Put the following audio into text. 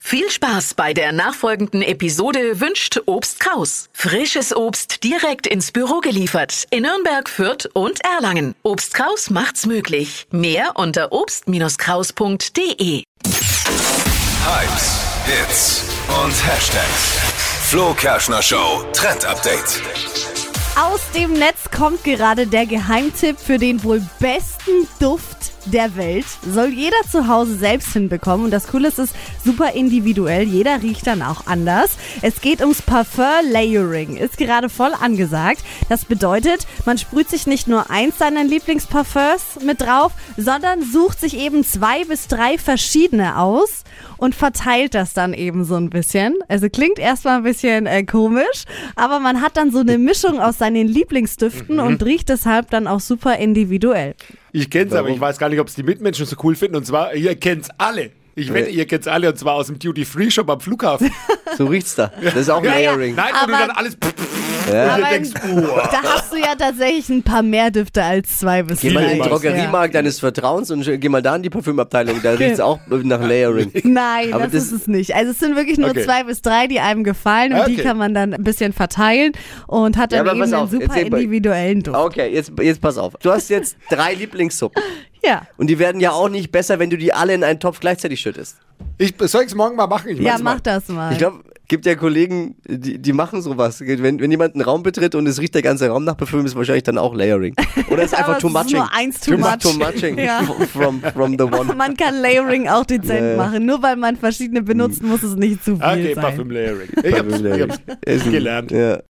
Viel Spaß bei der nachfolgenden Episode wünscht Obst Kraus. Frisches Obst direkt ins Büro geliefert in Nürnberg, Fürth und Erlangen. Obst Kraus macht's möglich. Mehr unter obst-kraus.de. Hypes, Hits und Hashtags. Flo Kerschner Show Trend Update. Aus dem Netz kommt gerade der Geheimtipp für den wohl besten Duft der Welt. Soll jeder zu Hause selbst hinbekommen. Und das Coole ist, es ist super individuell. Jeder riecht dann auch anders. Es geht ums Parfum-Layering. Ist gerade voll angesagt. Das bedeutet, man sprüht sich nicht nur eins seiner Lieblingsparfums mit drauf, sondern sucht sich eben 2 bis 3 verschiedene aus und verteilt das dann eben so ein bisschen. Also klingt erstmal ein bisschen komisch, aber man hat dann so eine Mischung aus seinen Lieblingsdüften und riecht deshalb dann auch super individuell. Ich kenn's, aber ich weiß gar nicht, ob es die Mitmenschen so cool finden. Und zwar, ihr kennt's alle. Ich wette, ihr kennt's alle, und zwar aus dem Duty-Free-Shop am Flughafen. So riecht's da. Das ist auch Layering. Nein, wo du dann alles... Ja. Und du denkst, Da hast du ja tatsächlich ein paar mehr Düfte als 2 bis 3. Geh mal in den Vielmals. Drogeriemarkt deines Vertrauens und geh mal da in die Parfümabteilung. Da riecht's auch nach Layering. Nein, Aber das ist es nicht. Also es sind wirklich nur Okay. 2 bis 3, die einem gefallen und die Okay. kann man dann ein bisschen verteilen und hat dann Ja, aber eben pass einen auf, super erzähl mal. individuellen Duft. Okay, jetzt pass auf. Du hast jetzt 3 Lieblingssuppen. Ja. Und die werden ja auch nicht besser, wenn du die alle in einen Topf gleichzeitig schüttest. soll ich's morgen mal machen? Ich Ja, mach's mal. mach das mal. Ich glaube, gibt ja Kollegen, die machen sowas. Wenn jemand einen Raum betritt und es riecht der ganze Raum nach Parfüm, ist wahrscheinlich dann auch Layering. Oder ist einfach Aber too es ist muching. nur eins too much. Too muching Ja. from the one. Man kann Layering auch dezent machen. Nur weil man verschiedene benutzt, muss es nicht zu viel Okay, sein. Parfüm-Layering. Ich hab's Ist gelernt. Ja.